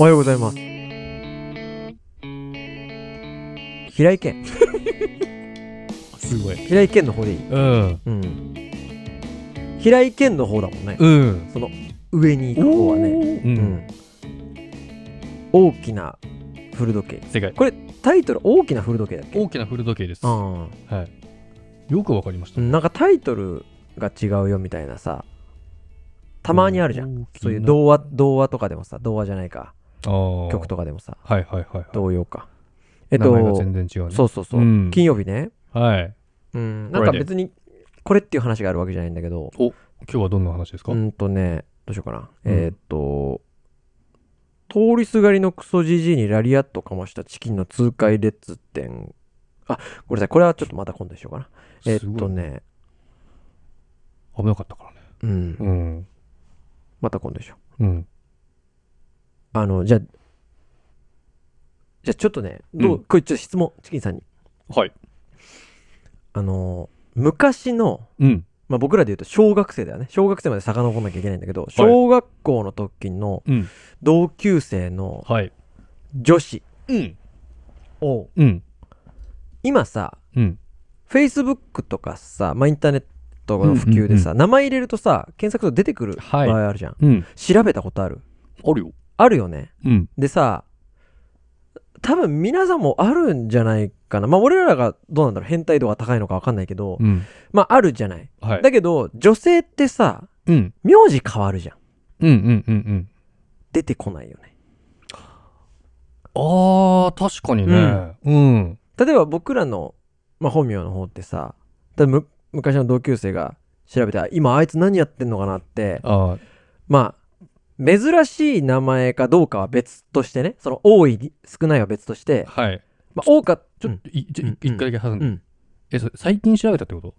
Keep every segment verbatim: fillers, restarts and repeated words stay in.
おはようございます。平井堅すごい。 平井堅の方でいい？ うん。 うん。平井堅の方だもんね。 うん。 その上に行く方はね。 うん。 うん、大きな古時計。 正解。 これタイトル大きな古時計だっけ？ 大きな古時計です。 あはい。よくわかりました。 なんかタイトルが違うよみたいなさ、たまにあるじゃん。そういう童話童話とかでもさ、童話じゃないか。曲とかでもさ、 はいはいはい、はい、 童謡か。えっと、 名前が全然違うね。 そうそうそう。うん、金曜日ね。 はい。 うん。なんか別にこれっていう話があるわけじゃないんだけど。 お、今日はどんな話ですか？ うんとね、どうしようかな。うん、えー、っと、通りすがりのクソじじいにラリアットかましたチキンの痛快列店。あ、ごめんなさい。これはちょっとまた今度にしようかな。えー、っとね。 危なかったからね。 うん。うん。また今度でしょ。 うん。 あの、じゃあ、じゃあちょっとね、どう、うん、これちょっと質問、チキンさんに。 はい。 あの、昔の、うん、まあ僕らで言うと小学生だよね。小学生まで遡んなきゃいけないんだけど、小学校の時の同級生の女子を、うん、今さ、うん、Facebook とかさ、まあ、インターネットの普及でさ、うんうんうん、名前入れるとさ、検索と出てくる場合あるじゃん。はい、うん、調べたことある？ あるよ。 あるよね。うん、でさ、多分皆さんもあるんじゃないかな。まあ俺らがどうなんだろう、変態度が高いのか分かんないけど、うん、まああるじゃない、はい、だけど女性ってさ、うん、名字変わるじゃん。うんうんうんうん。出てこないよね。 あー、確かにね。うん。うん、 例えば僕らの、まあ、本名の方ってさ、む昔の同級生が調べて、今あいつ何やってんのかなって、あ、まあ珍しい名前かどうかは別としてね、その多い少ないは別として、はい、まあ、多かちょっと一回だけ挟んで、うん、え、それ最近調べたってこと？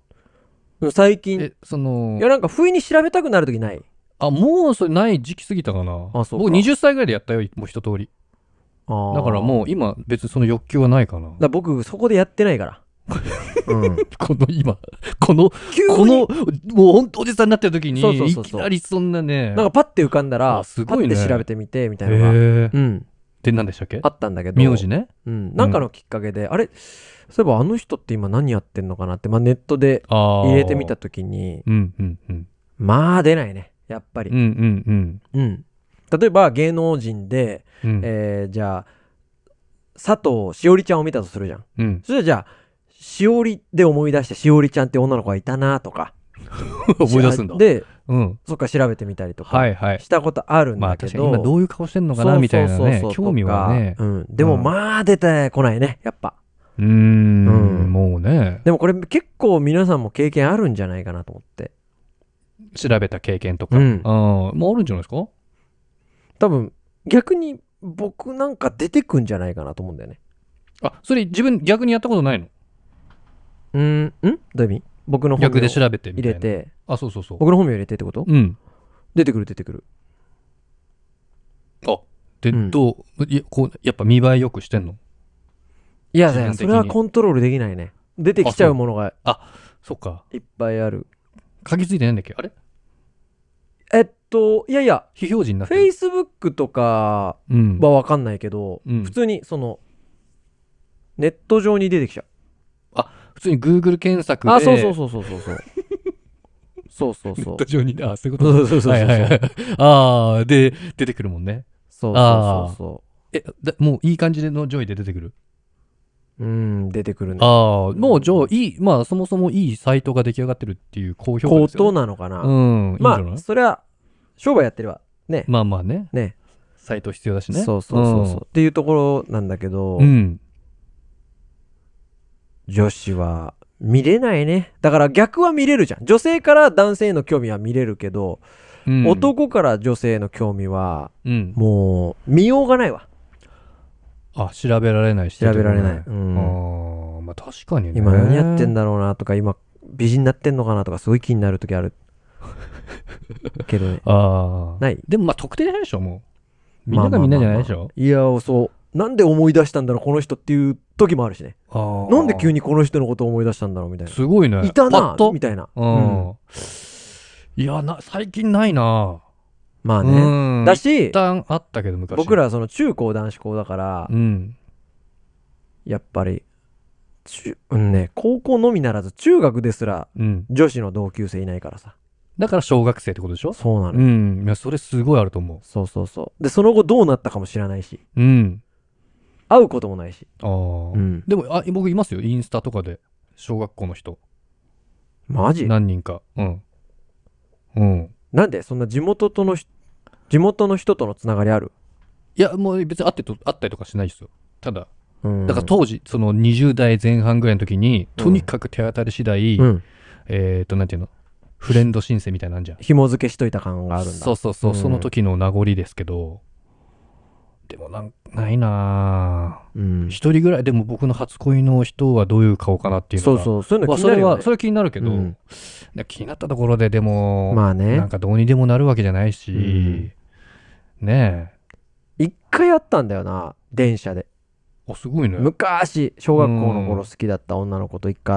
最近。 え、その、 いやなんか不意に調べたくなるときない？ あ、もうそれない時期過ぎたかな。あ、そうか。僕にじゅっさいぐらいでやったよ、もう一通り。あ、だからもう今別にその欲求はないかな。 だ僕そこでやってないから。 うん、この今このこのもうほんとおじさんになってる時にいきなりそんなね、 なんかパッて浮かんだらすごいね、パッて調べてみてみたいなのが、うん、 で何でしたっけ？ あったんだけど、 名字ね、 うん、なんかのきっかけで、うん、あれそういえばあの人って今何やってんのかなって、まあ、ネットで入れてみた時に、うんうんうん、まあ出ないねやっぱり。うんうんうん、うん、例えば芸能人で、うん、えー、じゃあ佐藤しおりちゃんを見たとするじゃん、うん、それじゃあしおりで思い出してしおりちゃんって女の子がいたなとか思い出すんだ。 で、うん、そっか調べてみたりとかしたことあるんだけど、 まあ、今どういう顔してんのかなみたいなね、興味はね、 うん、でもまあ出てこないねやっぱ。 うーん、うん、もうね。 でもこれ結構皆さんも経験あるんじゃないかなと思って。 調べた経験とか、うん、あもうあるんじゃないですか。 多分逆に僕なんか出てくんじゃないかなと思うんだよね。 あ、それ自分逆にやったことないの？ うーん、んどういう意味？僕の本名逆で調べてみたいな。 入れて、 あ、そうそうそう。 僕の本名入れてってこと？うん。出てくる出てくる。 あ、で、うん、どういやこうやっぱ見栄えよくしてんの？ いや、それはコントロールできないね。出てきちゃうものが、 あ、そっか。 いっぱいある。 鍵ついてないんだっけ？あれ？ えっと、いやいや、 非表示になってる。 Facebook とかは分かんないけど、うん、普通にそのネット上に出てきちゃう。 あ、普通に Google 検索で。 あ、そうそうそうそうそうそうそうそうそう。 ネット上に、あ、そういうこと。そうそうそうそう。はいはいはい。ああ、で出てくるもんね。 そうそうそうそう。 え、だもういい感じの上位で出てくる。 うん、出てくるね。 ああ、もうじゃあいい、まあそもそもいいサイトが出来上がってるっていう高評価ですよね。 高等なのかな。 うん、いいんじゃない？ まあそれは商売やってればね。 まあまあね。 ね。 サイト必要だしね。 そうそうそうそう。っていうところなんだけど。うん。女子は見れないね。だから逆は見れるじゃん。女性から男性への興味は見れるけど、うん、男から女性への興味は、うん、もう見ようがないわ。 あ、調べられないし、 調べられない。 うん、あ、まあ確かにね。 今何やってんだろうなとか、今美人になってんのかなとかすごい気になる時あるけどね。ああ。ない。 でもまあ特定じゃないでしょ、もう。みんながみんなじゃないでしょ。まあまあまあまあ、 いや、そう。なんで思い出したんだろうこの人っていう時もあるしね。あ、なんで急にこの人のことを思い出したんだろうみたいな。 すごいね。 いたなみたいな。うん、 いやな、最近ないな。 まあね。だし、 一旦あったけど昔。 僕らはその中高男子校だから、うん、やっぱり、うんね、高校のみならず中学ですら、うん、女子の同級生いないからさ。 だから小学生ってことでしょ？そうなの。うん。いや、それすごいあると思う。 そうそうそう。で、その後どうなったかも知らないし。うん。会うこともないし。ああ。 うん。でも、あ、僕いますよ。インスタとかで。小学校の人。 マジ？ 何人か。うん。 うん。なんでそんな地元との、地元の人とのつながりある？ いや、もう別に会ってと、会ったりとかしないですよ。ただ。うん、だから当時、そのにじゅう代前半ぐらいの時に、とにかく手当たり次第、うん、えっと、なんていうの？フレンド申請みたいなんじゃん。 紐付けしといた感があるんだ。 そうそうそう、うん、その時の名残ですけど、でもなんないなぁ。うん、一人ぐらい、でも僕の初恋の人はどういう顔かなっていうのが。 そうそう、そういうの気になるよね。 まあ、それは、それは気になるけど、うん、気になったところででも、 まあね、 なんかどうにでもなるわけじゃないし、うん、ねえ。一回あったんだよな、電車で。 あ、すごいね。 昔、小学校の頃好きだった女の子と一回会って。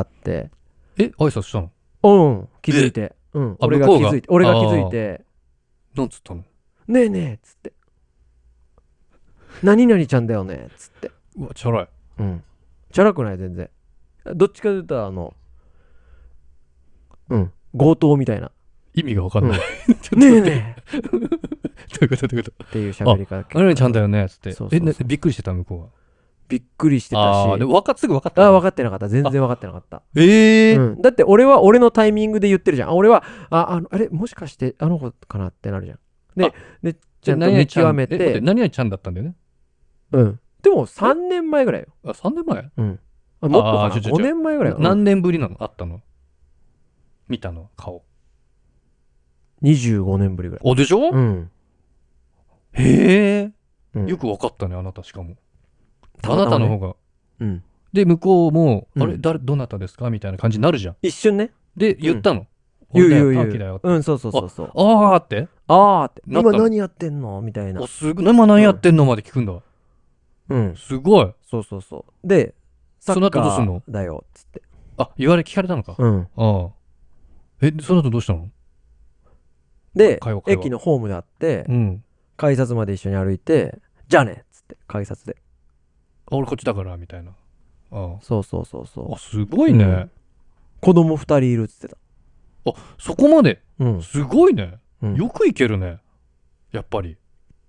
え、挨拶したの？ うん、気づいて。うん、俺が気づいて、俺が気づいて。 なんつったの？ ねえねえ、つって。何々ちゃんだよね、つって。 うわ、チャラい。 うん。チャラくない、全然。どっちかというと、あの、うん、強盗みたいな。 意味がわかんない。 うん、ねえねえ。 どういうことどういうことっていう喋り方。 あれちゃんだよね、つって。そうそうそう。え、びっくりしてた、向こうは。 びっくりしてたし。 あでわかすぐ分かった。 あ分かってなかった。全然分かってなかった。 ええーうん。だって俺は俺のタイミングで言ってるじゃん。俺は、あ、あの、あれもしかしてあの子かなってなるじゃん。で、でちゃんと見極めて。 何々ちゃんだったんだよね。 うん。でもさんねんまえぐらいよ。 あ、さんねんまえ？ うん。あ、もっとかな。ごねんまえぐらい。 何年ぶりなの？あったの？見たの？顔。 にじゅうごねんぶりぐらい。 おでしょ？ うん。 へえ。よく分かったね、あなたしかも。あなたの方が。うん。で、向こうも、あれ、誰、どなたですかみたいな感じになるじゃん。 一瞬ね。 で、言ったの。 言う言う言う。うん、そうそうそうそう。 ああって。 ああって。今何やってんのみたいな。 お、すごい。今何やってんのまで聞くんだ。うん。すごい。 そうそうそう。で、 その後どうすんの？ だよ、つって。 あ、言われ、聞かれたのか。うん。ああ。え、その後どうしたの？ で、駅のホームで会って、改札まで一緒に歩いて、じゃあねっつって、改札で。 俺こっちだからみたいな。 ああそうそうそうそう。 あ、すごいね、うん、 子供ふたりいるっつってた。 あ、そこまで、うん、すごいね、うん、よくいけるね、やっぱり。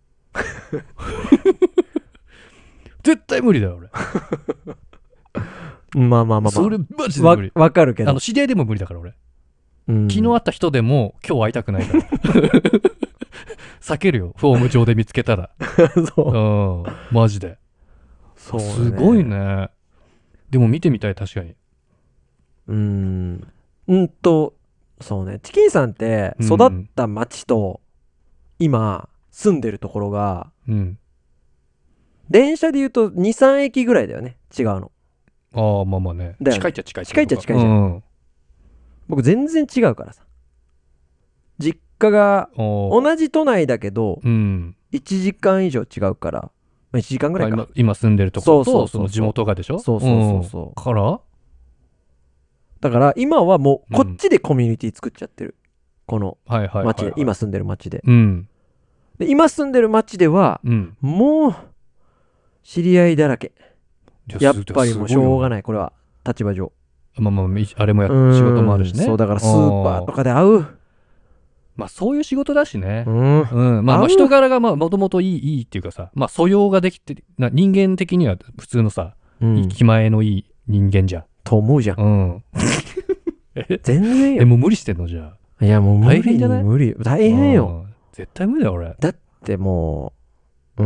絶対無理だよ俺。まあまあまあまあ。 それマジで無理。 わかるけど。 あの知り合いでも無理だから俺。うん、昨日会った人でも今日会いたくないから。避けるよ、フォーム上で見つけたら。そう。うん、マジで。そうね、すごいね。でも見てみたい、確かに。 うーん。うんと、そうね。チキンさんって育った町と今住んでるところが、うん、電車で言うとに、さん駅ぐらいだよね。違うの。 ああ、まあまあね。ね近いっちゃ近い。 近いっちゃ近いじゃん。うん、僕全然違うからさ。実家が同じ都内だけど、うん、いちじかん以上違うから、いちじかんぐらいか。 今, 今住んでるところとその地元がでしょ。 そうそうそうそう、うん、 からだから今はもうこっちでコミュニティ作っちゃってる、うん、この町で、今住んでる町で、うん、で今住んでる町では、うん、もう知り合いだらけ。やっぱりもうしょうがない、これは立場上。 まあまああれもや仕事もあるしね。 そうだからスーパーとかで会う。 まあそういう仕事だしね。うん。うん、まあまあ人柄がもともといい、いいっていうかさ、まあ素養ができて、な人間的には普通のさ、うん、気前のいい人間じゃん。 と思うじゃん。うん。全然よ。 え、もう無理してんのじゃあ。いやもう無理。大変じゃない？無理。大変よ。 絶対無理だよ俺。 だってもう、うん。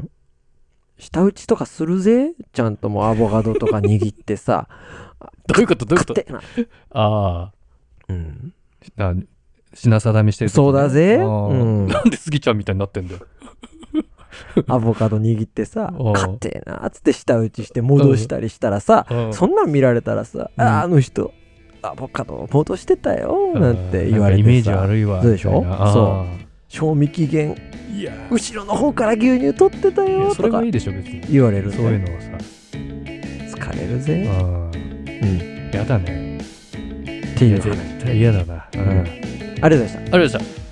舌打ちとかするぜ？ちゃんともうアボカドとか握ってさ。 どういうことどういうこと？ああ。うん。あ品定めしてる、 ね、そうだぜ、うん、なんでスギちゃんみたいになってんだよ。 アボカド握ってさ、勝てえなっつって舌打ちして戻したりしたらさ、そんなん見られたらさ、うん、あ, あの人アボカド戻してたよなんて言われてさ、 イメージ悪いわ。 そうでしょ。そう賞味期限いや後ろの方から牛乳取ってたよとか、それはいいでしょ別に言われる、ね、 そういうのはさ疲れるぜ。 うん、やだねっていう話。 嫌だな。うん、 ありがとうございました。 ありがとうございました。